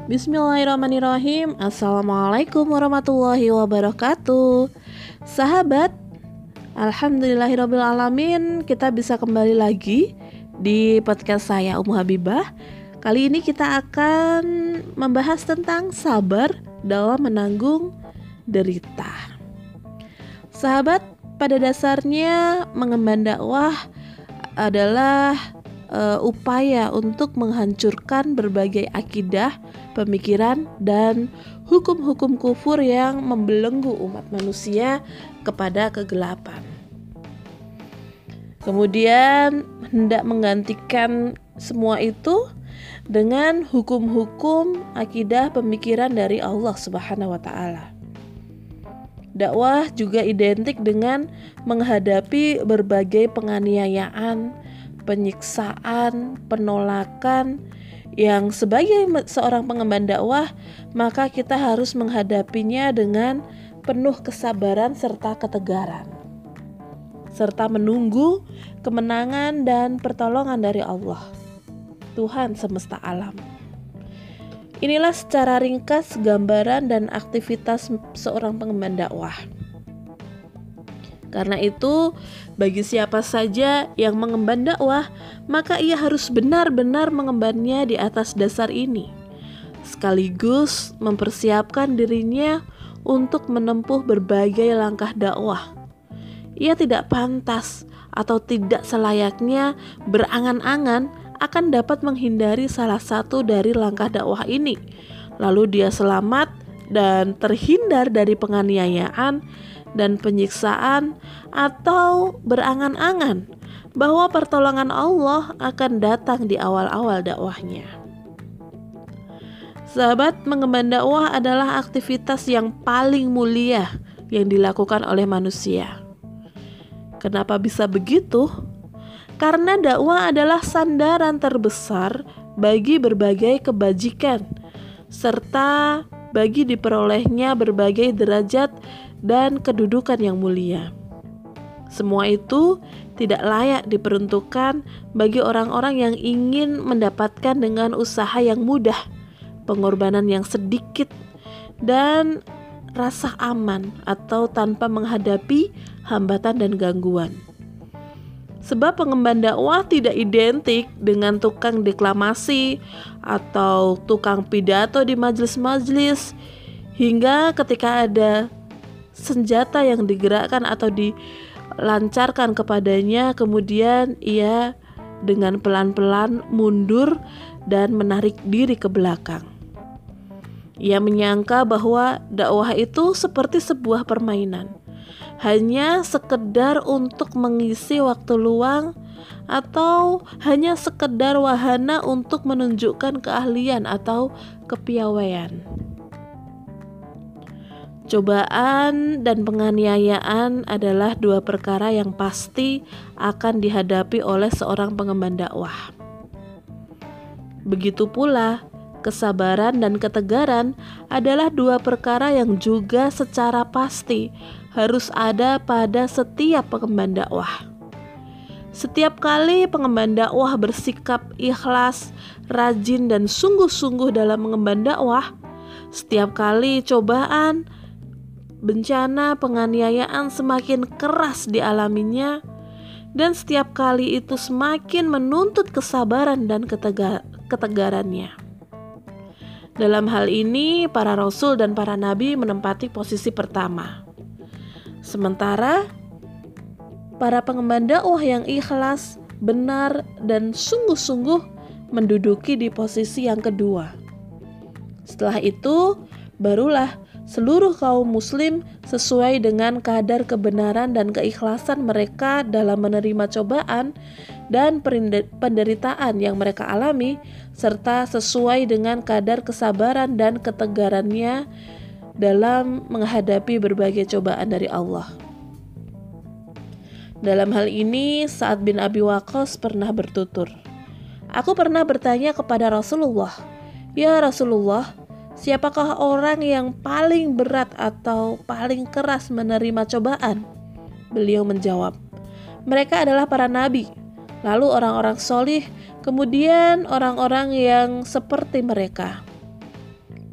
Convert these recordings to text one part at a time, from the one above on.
Bismillahirrahmanirrahim. Assalamualaikum warahmatullahi wabarakatuh. Sahabat, alhamdulillahirrabbilalamin, kita bisa kembali lagi di podcast saya Ummu Habibah. Kali ini kita akan membahas tentang sabar dalam menanggung derita. Sahabat, pada dasarnya mengemban dakwah adalah upaya untuk menghancurkan berbagai akidah, pemikiran, dan hukum-hukum kufur yang membelenggu umat manusia kepada kegelapan. Kemudian hendak menggantikan semua itu dengan hukum-hukum akidah, pemikiran dari Allah Subhanahu wa Ta'ala. Dakwah juga identik dengan menghadapi berbagai penganiayaan, penyiksaan, penolakan yang sebagai seorang pengemban dakwah maka kita harus menghadapinya dengan penuh kesabaran serta ketegaran, serta menunggu kemenangan dan pertolongan dari Allah, Tuhan semesta alam. Inilah secara ringkas gambaran dan aktivitas seorang pengemban dakwah. Karena itu, bagi siapa saja yang mengemban dakwah, maka ia harus benar-benar mengembannya di atas dasar ini, sekaligus mempersiapkan dirinya untuk menempuh berbagai langkah dakwah. Ia tidak pantas atau tidak selayaknya berangan-angan akan dapat menghindari salah satu dari langkah dakwah ini, lalu dia selamat dan terhindar dari penganiayaan dan penyiksaan, atau berangan-angan bahwa pertolongan Allah akan datang di awal-awal dakwahnya. Sahabat, mengemban dakwah adalah aktivitas yang paling mulia yang dilakukan oleh manusia. Kenapa bisa begitu? Karena dakwah adalah sandaran terbesar bagi berbagai kebajikan, serta bagi diperolehnya berbagai derajat dan kedudukan yang mulia. Semua itu tidak layak diperuntukkan bagi orang-orang yang ingin mendapatkan dengan usaha yang mudah, pengorbanan yang sedikit, dan rasa aman atau tanpa menghadapi hambatan dan gangguan. Sebab pengemban dakwah tidak identik dengan tukang deklamasi atau tukang pidato di majelis-majelis, hingga ketika ada senjata yang digerakkan atau dilancarkan kepadanya, kemudian ia dengan pelan-pelan mundur dan menarik diri ke belakang. Ia menyangka bahwa dakwah itu seperti sebuah permainan, hanya sekedar untuk mengisi waktu luang atau hanya sekedar wahana untuk menunjukkan keahlian atau kepiawaian. Cobaan dan penganiayaan adalah dua perkara yang pasti akan dihadapi oleh seorang pengemban dakwah. Begitu pula, kesabaran dan ketegaran adalah dua perkara yang juga secara pasti harus ada pada setiap pengemban dakwah. Setiap kali pengemban dakwah bersikap ikhlas, rajin, dan sungguh-sungguh dalam mengemban dakwah, setiap kali cobaan, bencana, penganiayaan semakin keras dialaminya, dan setiap kali itu semakin menuntut kesabaran dan ketegarannya. Dalam hal ini, para rasul dan para nabi menempati posisi pertama. Sementara para pengemban dakwah yang ikhlas, benar, dan sungguh-sungguh menduduki di posisi yang kedua. Setelah itu, barulah seluruh kaum muslim sesuai dengan kadar kebenaran dan keikhlasan mereka dalam menerima cobaan dan penderitaan yang mereka alami, serta sesuai dengan kadar kesabaran dan ketegarannya dalam menghadapi berbagai cobaan dari Allah. Dalam hal ini, Sa'ad bin Abi Waqqas pernah bertutur, "Aku pernah bertanya kepada Rasulullah, 'Ya Rasulullah, siapakah orang yang paling berat atau paling keras menerima cobaan?' Beliau menjawab, 'Mereka adalah para nabi, lalu orang-orang solih, kemudian orang-orang yang seperti mereka.'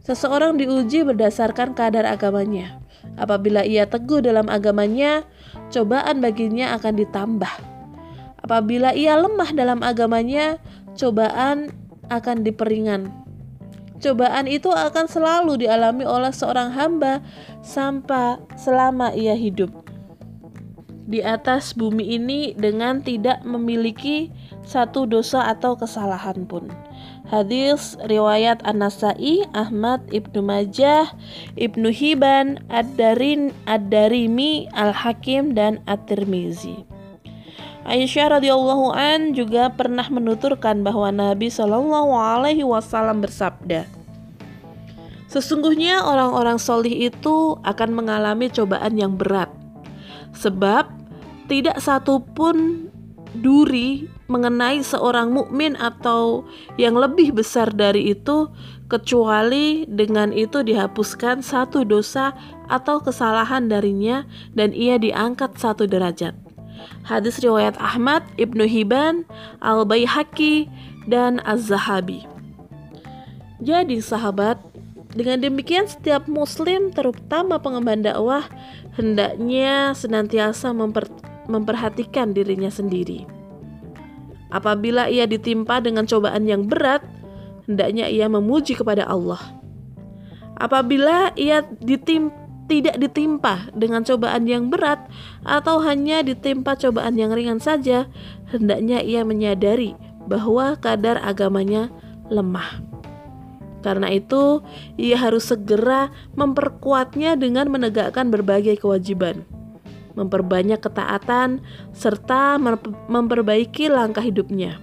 Seseorang diuji berdasarkan kadar agamanya. Apabila ia teguh dalam agamanya, cobaan baginya akan ditambah. Apabila ia lemah dalam agamanya, cobaan akan diperingan. Cobaan itu akan selalu dialami oleh seorang hamba sampai selama ia hidup di atas bumi ini dengan tidak memiliki satu dosa atau kesalahan pun. Hadis riwayat An-Nasa'i, Ahmad, Ibnu Majah, Ibnu Hibban, Ad-Darimi, Al-Hakim, dan At-Tirmizi. Aisyah radhiyallahu an juga pernah menuturkan bahwa Nabi Shallallahu alaihi wasallam bersabda, "Sesungguhnya orang-orang solih itu akan mengalami cobaan yang berat, sebab tidak satu pun duri mengenai seorang mukmin atau yang lebih besar dari itu, kecuali dengan itu dihapuskan satu dosa atau kesalahan darinya dan ia diangkat satu derajat." Hadis riwayat Ahmad, Ibnu Hibban, Al-Baihaqi, dan Az-Zahabi. Jadi sahabat, dengan demikian setiap muslim, terutama pengemban dakwah, hendaknya senantiasa memperhatikan dirinya sendiri. Apabila ia ditimpa dengan cobaan yang berat, hendaknya ia memuji kepada Allah. Apabila ia tidak ditimpa dengan cobaan yang berat atau hanya ditimpa cobaan yang ringan saja, hendaknya ia menyadari bahwa kadar agamanya lemah. Karena itu, ia harus segera memperkuatnya dengan menegakkan berbagai kewajiban, memperbanyak ketaatan, serta memperbaiki langkah hidupnya.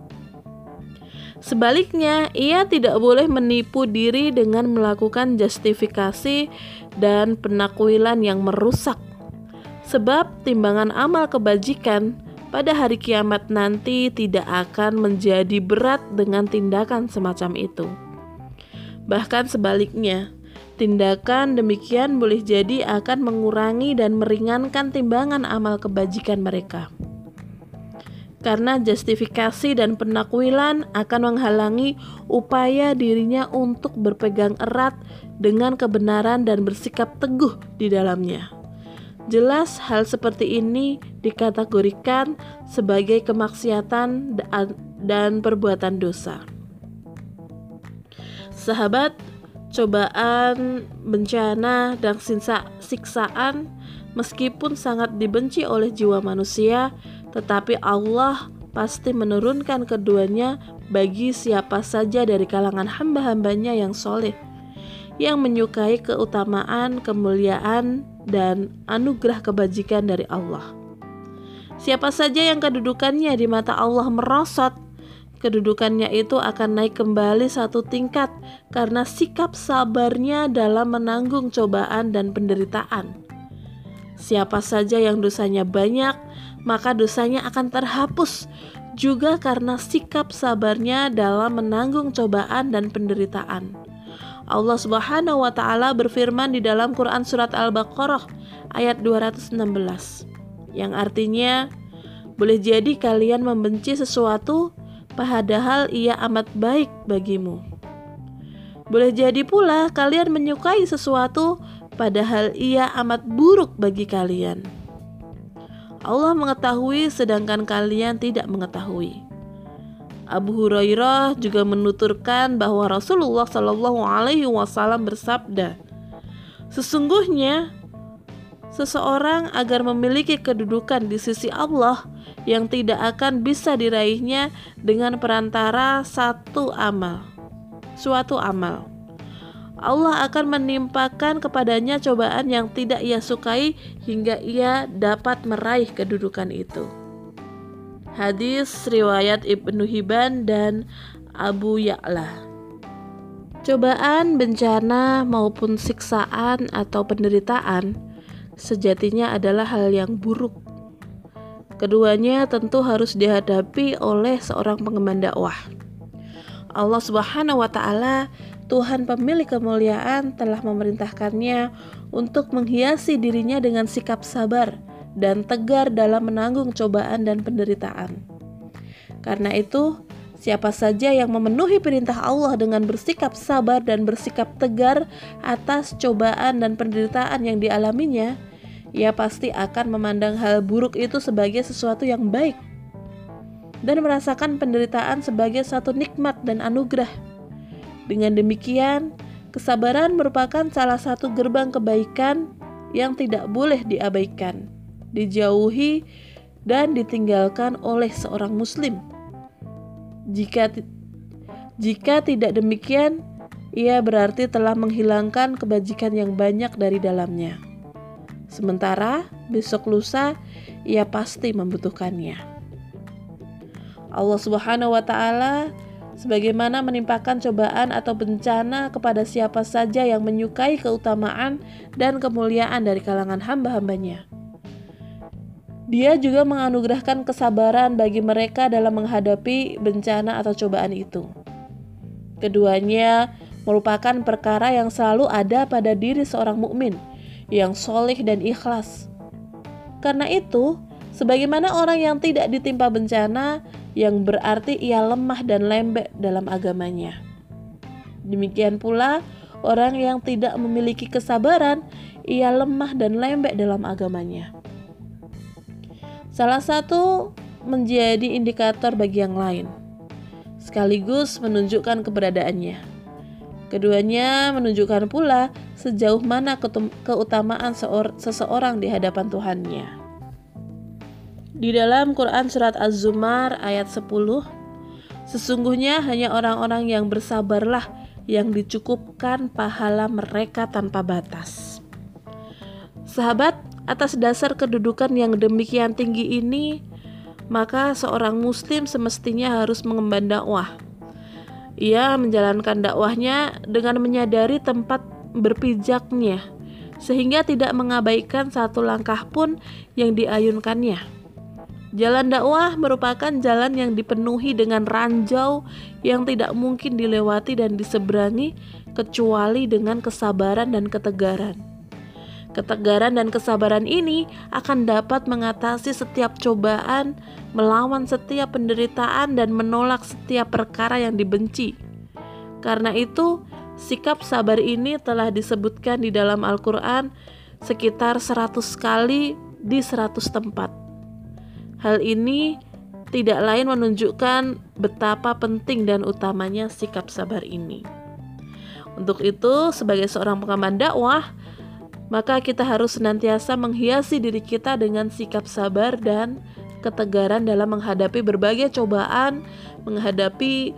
Sebaliknya, ia tidak boleh menipu diri dengan melakukan justifikasi dan penakwilan yang merusak. Sebab timbangan amal kebajikan pada hari kiamat nanti tidak akan menjadi berat dengan tindakan semacam itu. Bahkan sebaliknya, tindakan demikian boleh jadi akan mengurangi dan meringankan timbangan amal kebajikan mereka. Karena justifikasi dan penakwilan akan menghalangi upaya dirinya untuk berpegang erat dengan kebenaran dan bersikap teguh di dalamnya. Jelas hal seperti ini dikategorikan sebagai kemaksiatan dan perbuatan dosa. Sahabat, cobaan, bencana, dan siksaan meskipun sangat dibenci oleh jiwa manusia, tetapi Allah pasti menurunkan keduanya bagi siapa saja dari kalangan hamba-hambanya yang soleh, yang menyukai keutamaan, kemuliaan, dan anugerah kebajikan dari Allah. Siapa saja yang kedudukannya di mata Allah merosot, kedudukannya itu akan naik kembali satu tingkat karena sikap sabarnya dalam menanggung cobaan dan penderitaan. Siapa saja yang dosanya banyak, maka dosanya akan terhapus juga karena sikap sabarnya dalam menanggung cobaan dan penderitaan. Allah Subhanahu wa taala berfirman di dalam Quran surat Al-Baqarah ayat 216, yang artinya, boleh jadi kalian membenci sesuatu padahal ia amat baik bagimu. Boleh jadi pula kalian menyukai sesuatu padahal ia amat buruk bagi kalian. Allah mengetahui sedangkan kalian tidak mengetahui. Abu Hurairah juga menuturkan bahwa Rasulullah Shallallahu alaihi wasallam bersabda, "Sesungguhnya seseorang agar memiliki kedudukan di sisi Allah yang tidak akan bisa diraihnya dengan perantara suatu amal. Allah akan menimpakan kepadanya cobaan yang tidak ia sukai hingga ia dapat meraih kedudukan itu." Hadis riwayat Ibnu Hibban dan Abu Ya'la. Cobaan, bencana maupun siksaan atau penderitaan sejatinya adalah hal yang buruk. Keduanya tentu harus dihadapi oleh seorang pengemban dakwah. Allah Subhanahu wa taala, Tuhan pemilik kemuliaan, telah memerintahkannya untuk menghiasi dirinya dengan sikap sabar dan tegar dalam menanggung cobaan dan penderitaan. Karena itu, Siapa saja yang memenuhi perintah Allah dengan bersikap sabar dan bersikap tegar atas cobaan dan penderitaan yang dialaminya, ia pasti akan memandang hal buruk itu sebagai sesuatu yang baik dan merasakan penderitaan sebagai satu nikmat dan anugerah. Dengan demikian, kesabaran merupakan salah satu gerbang kebaikan yang tidak boleh diabaikan, dijauhi, dan ditinggalkan oleh seorang muslim. Jika tidak demikian, ia berarti telah menghilangkan kebajikan yang banyak dari dalamnya. Sementara besok lusa ia pasti membutuhkannya. Allah Subhanahu wa Ta'ala sebagaimana menimpakan cobaan atau bencana kepada siapa saja yang menyukai keutamaan dan kemuliaan dari kalangan hamba-hambanya. Dia juga menganugerahkan kesabaran bagi mereka dalam menghadapi bencana atau cobaan itu. Keduanya merupakan perkara yang selalu ada pada diri seorang mukmin yang soleh dan ikhlas. Karena itu, sebagaimana orang yang tidak ditimpa bencana, yang berarti ia lemah dan lembek dalam agamanya. Demikian pula, orang yang tidak memiliki kesabaran, ia lemah dan lembek dalam agamanya. Salah satu menjadi indikator bagi yang lain, sekaligus menunjukkan keberadaannya. Keduanya menunjukkan pula sejauh mana keutamaan seseorang di hadapan Tuhannya. Di dalam Quran Surat Az-Zumar ayat 10, sesungguhnya hanya orang-orang yang bersabarlah yang dicukupkan pahala mereka tanpa batas. Sahabat, atas dasar kedudukan yang demikian tinggi ini, maka seorang muslim semestinya harus mengemban dakwah. Ia menjalankan dakwahnya dengan menyadari tempat berpijaknya, sehingga tidak mengabaikan satu langkah pun yang diayunkannya. Jalan dakwah merupakan jalan yang dipenuhi dengan ranjau yang tidak mungkin dilewati dan diseberangi kecuali dengan kesabaran dan ketegaran. Ketegaran dan kesabaran ini akan dapat mengatasi setiap cobaan, melawan setiap penderitaan, dan menolak setiap perkara yang dibenci. Karena itu, sikap sabar ini telah disebutkan di dalam Al-Quran sekitar 100 kali di 100 tempat. Hal ini tidak lain menunjukkan betapa penting dan utamanya sikap sabar ini. Untuk itu, sebagai seorang pengemban dakwah, maka kita harus senantiasa menghiasi diri kita dengan sikap sabar dan ketegaran dalam menghadapi berbagai cobaan, menghadapi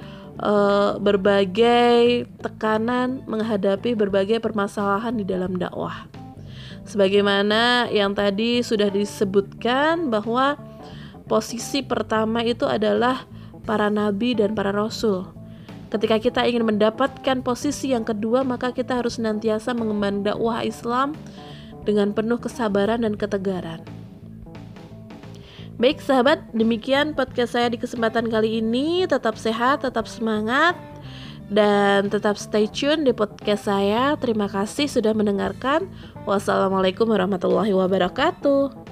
berbagai tekanan, menghadapi berbagai permasalahan di dalam dakwah. Sebagaimana yang tadi sudah disebutkan bahwa posisi pertama itu adalah para nabi dan para rasul. Ketika kita ingin mendapatkan posisi yang kedua, maka kita harus senantiasa mengemban dakwah Islam dengan penuh kesabaran dan ketegaran. Baik sahabat, demikian podcast saya di kesempatan kali ini. Tetap sehat, tetap semangat, dan tetap stay tune di podcast saya. Terima kasih sudah mendengarkan. Wassalamualaikum warahmatullahi wabarakatuh.